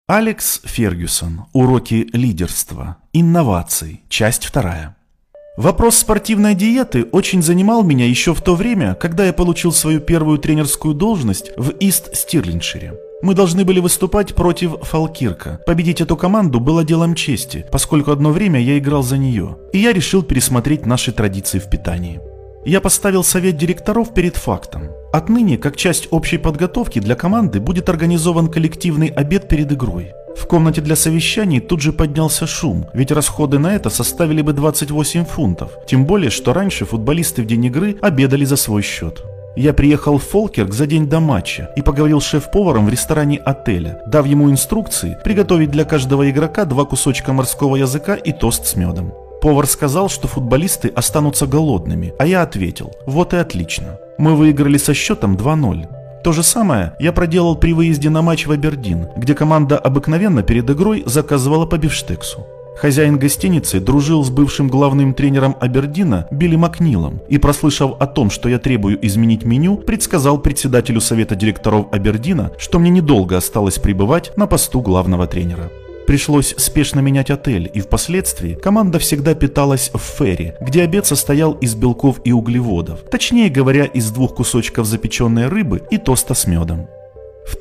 Алекс Фергюсон. Уроки лидерства. Инноваций. Часть 2. Вопрос спортивной диеты очень занимал меня еще в то время, когда я получил свою первую тренерскую должность в Ист-Стирлингшире. Мы должны были выступать против Фалкирка. Победить эту команду было делом чести, поскольку одно время я играл за нее, и я решил пересмотреть наши традиции в питании. Я поставил совет директоров перед фактом. Отныне, как часть общей подготовки для команды, будет организован коллективный обед перед игрой. В комнате для совещаний тут же поднялся шум, ведь расходы на это составили бы 28 фунтов, тем более, что раньше футболисты в день игры обедали за свой счет. Я приехал в Фолкерк за день до матча и поговорил с шеф-поваром в ресторане отеля, дав ему инструкции приготовить для каждого игрока 2 кусочка морского языка и тост с медом. Повар сказал, что футболисты останутся голодными, а я ответил: вот и отлично. Мы выиграли со счетом 2-0. То же самое я проделал при выезде на матч в Абердин, где команда обыкновенно перед игрой заказывала по бифштексу. Хозяин гостиницы дружил с бывшим главным тренером Абердина Билли Макнилом и, прослышав о том, что я требую изменить меню, предсказал председателю совета директоров Абердина, что мне недолго осталось пребывать на посту главного тренера. Пришлось спешно менять отель, и впоследствии команда всегда питалась в Ферри, где обед состоял из белков и углеводов, точнее говоря, из 2 кусочков запеченной рыбы и тоста с медом. В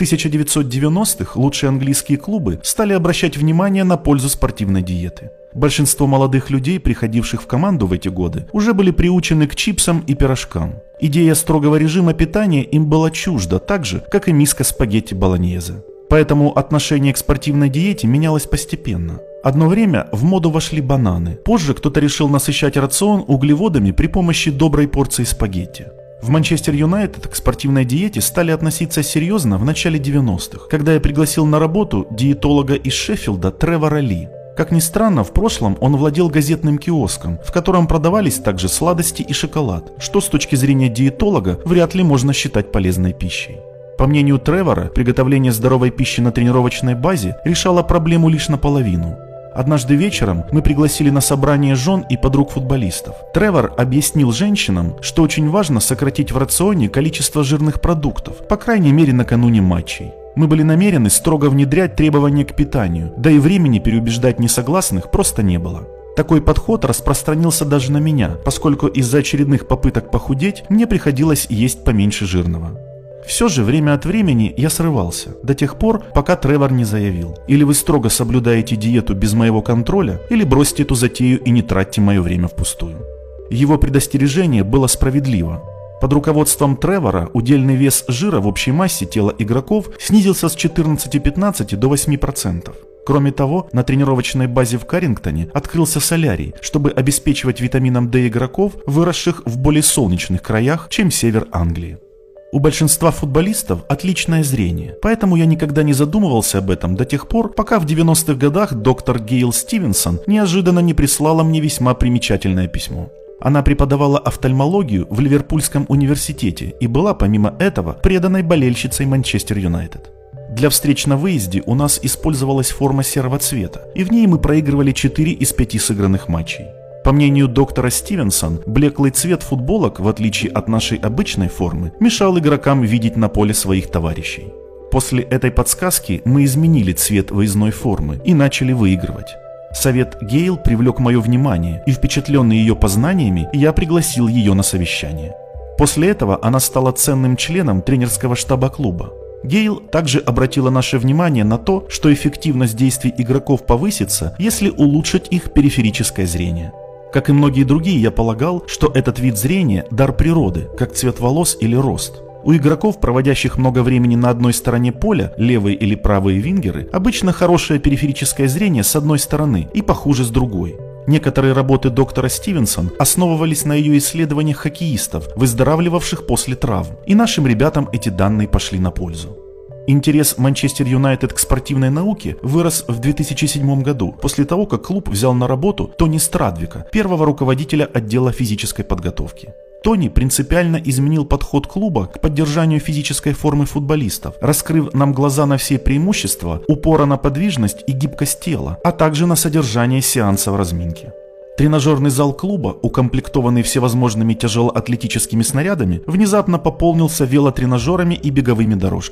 1990-х лучшие английские клубы стали обращать внимание на пользу спортивной диеты. Большинство молодых людей, приходивших в команду в эти годы, уже были приучены к чипсам и пирожкам. Идея строгого режима питания им была чужда, так же, как и миска спагетти болоньезе. Поэтому отношение к спортивной диете менялось постепенно. Одно время в моду вошли бананы. Позже кто-то решил насыщать рацион углеводами при помощи доброй порции спагетти. В Манчестер Юнайтед к спортивной диете стали относиться серьезно в начале 90-х, когда я пригласил на работу диетолога из Шеффилда Тревора Ли. Как ни странно, в прошлом он владел газетным киоском, в котором продавались также сладости и шоколад, что с точки зрения диетолога вряд ли можно считать полезной пищей. По мнению Тревора, приготовление здоровой пищи на тренировочной базе решало проблему лишь наполовину. Однажды вечером мы пригласили на собрание жен и подруг футболистов. Тревор объяснил женщинам, что очень важно сократить в рационе количество жирных продуктов, по крайней мере накануне матчей. Мы были намерены строго внедрять требования к питанию, да и времени переубеждать несогласных просто не было. Такой подход распространился даже на меня, поскольку из-за очередных попыток похудеть мне приходилось есть поменьше жирного. Все же время от времени я срывался, до тех пор, пока Тревор не заявил: или вы строго соблюдаете диету без моего контроля, или бросьте эту затею и не тратьте мое время впустую. Его предостережение было справедливо. Под руководством Тревора удельный вес жира в общей массе тела игроков снизился с 14,15 до 8%. Кроме того, на тренировочной базе в Каррингтоне открылся солярий, чтобы обеспечивать витамином D игроков, выросших в более солнечных краях, чем север Англии. У большинства футболистов отличное зрение, поэтому я никогда не задумывался об этом до тех пор, пока в 90-х годах доктор Гейл Стивенсон неожиданно не прислала мне весьма примечательное письмо. Она преподавала офтальмологию в Ливерпульском университете и была, помимо этого, преданной болельщицей Манчестер Юнайтед. Для встреч на выезде у нас использовалась форма серого цвета, и в ней мы проигрывали 4 из 5 сыгранных матчей. По мнению доктора Стивенсон, блеклый цвет футболок, в отличие от нашей обычной формы, мешал игрокам видеть на поле своих товарищей. После этой подсказки мы изменили цвет выездной формы и начали выигрывать. Совет Гейл привлек мое внимание, и впечатленный ее познаниями, я пригласил ее на совещание. После этого она стала ценным членом тренерского штаба клуба. Гейл также обратила наше внимание на то, что эффективность действий игроков повысится, если улучшить их периферическое зрение. Как и многие другие, я полагал, что этот вид зрения – дар природы, как цвет волос или рост. У игроков, проводящих много времени на одной стороне поля, левые или правые вингеры, обычно хорошее периферическое зрение с одной стороны и похуже с другой. Некоторые работы доктора Стивенсон основывались на ее исследованиях хоккеистов, выздоравливавших после травм, и нашим ребятам эти данные пошли на пользу. Интерес Манчестер Юнайтед к спортивной науке вырос в 2007 году, после того, как клуб взял на работу Тони Страдвика, первого руководителя отдела физической подготовки. Тони принципиально изменил подход клуба к поддержанию физической формы футболистов, раскрыв нам глаза на все преимущества упора на подвижность и гибкость тела, а также на содержание сеансов разминки. Тренажерный зал клуба, укомплектованный всевозможными тяжелоатлетическими снарядами, внезапно пополнился велотренажерами и беговыми дорожками.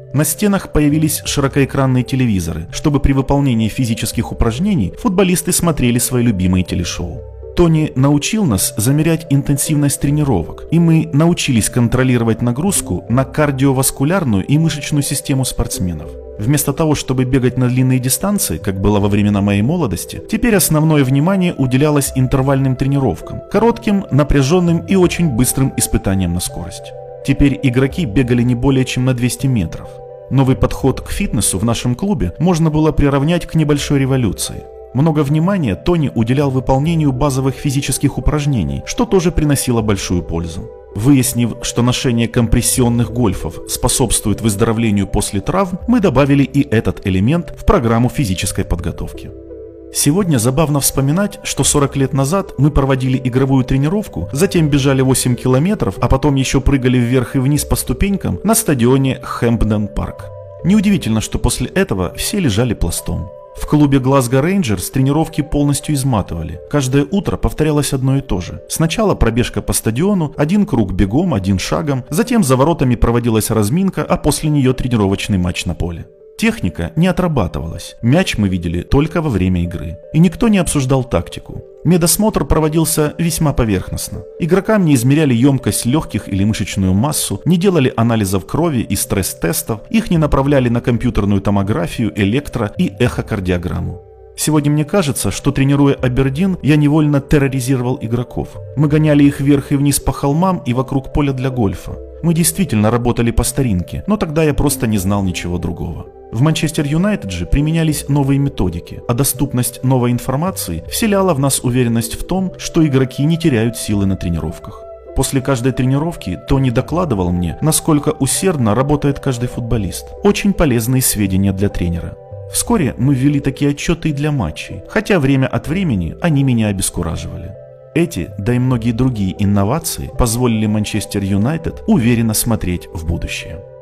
На стенах появились широкоэкранные телевизоры, чтобы при выполнении физических упражнений футболисты смотрели свои любимые телешоу. Тони научил нас замерять интенсивность тренировок, и мы научились контролировать нагрузку на кардиоваскулярную и мышечную систему спортсменов. Вместо того, чтобы бегать на длинные дистанции, как было во времена моей молодости, теперь основное внимание уделялось интервальным тренировкам, коротким, напряженным и очень быстрым испытаниям на скорость. Теперь игроки бегали не более чем на 200 метров. Новый подход к фитнесу в нашем клубе можно было приравнять к небольшой революции. Много внимания Тони уделял выполнению базовых физических упражнений, что тоже приносило большую пользу. Выяснив, что ношение компрессионных гольфов способствует выздоровлению после травм, мы добавили и этот элемент в программу физической подготовки. Сегодня забавно вспоминать, что 40 лет назад мы проводили игровую тренировку, затем бежали 8 километров, а потом еще прыгали вверх и вниз по ступенькам на стадионе Хэмпден Парк. Неудивительно, что после этого все лежали пластом. В клубе Glasgow Rangers тренировки полностью изматывали. Каждое утро повторялось одно и то же. Сначала пробежка по стадиону, один круг бегом, один шагом, затем за воротами проводилась разминка, а после нее тренировочный матч на поле. Техника не отрабатывалась, мяч мы видели только во время игры. И никто не обсуждал тактику. Медосмотр проводился весьма поверхностно. Игрокам не измеряли емкость легких или мышечную массу, не делали анализов крови и стресс-тестов, их не направляли на компьютерную томографию, электро- и эхокардиограмму. Сегодня мне кажется, что тренируя Абердин, я невольно терроризировал игроков. Мы гоняли их вверх и вниз по холмам и вокруг поля для гольфа. Мы действительно работали по старинке, но тогда я просто не знал ничего другого. В Манчестер Юнайтед же применялись новые методики, а доступность новой информации вселяла в нас уверенность в том, что игроки не теряют силы на тренировках. После каждой тренировки Тони докладывал мне, насколько усердно работает каждый футболист. Очень полезные сведения для тренера. Вскоре мы ввели такие отчеты и для матчей, хотя время от времени они меня обескураживали. Эти, да и многие другие инновации позволили Манчестер Юнайтед уверенно смотреть в будущее.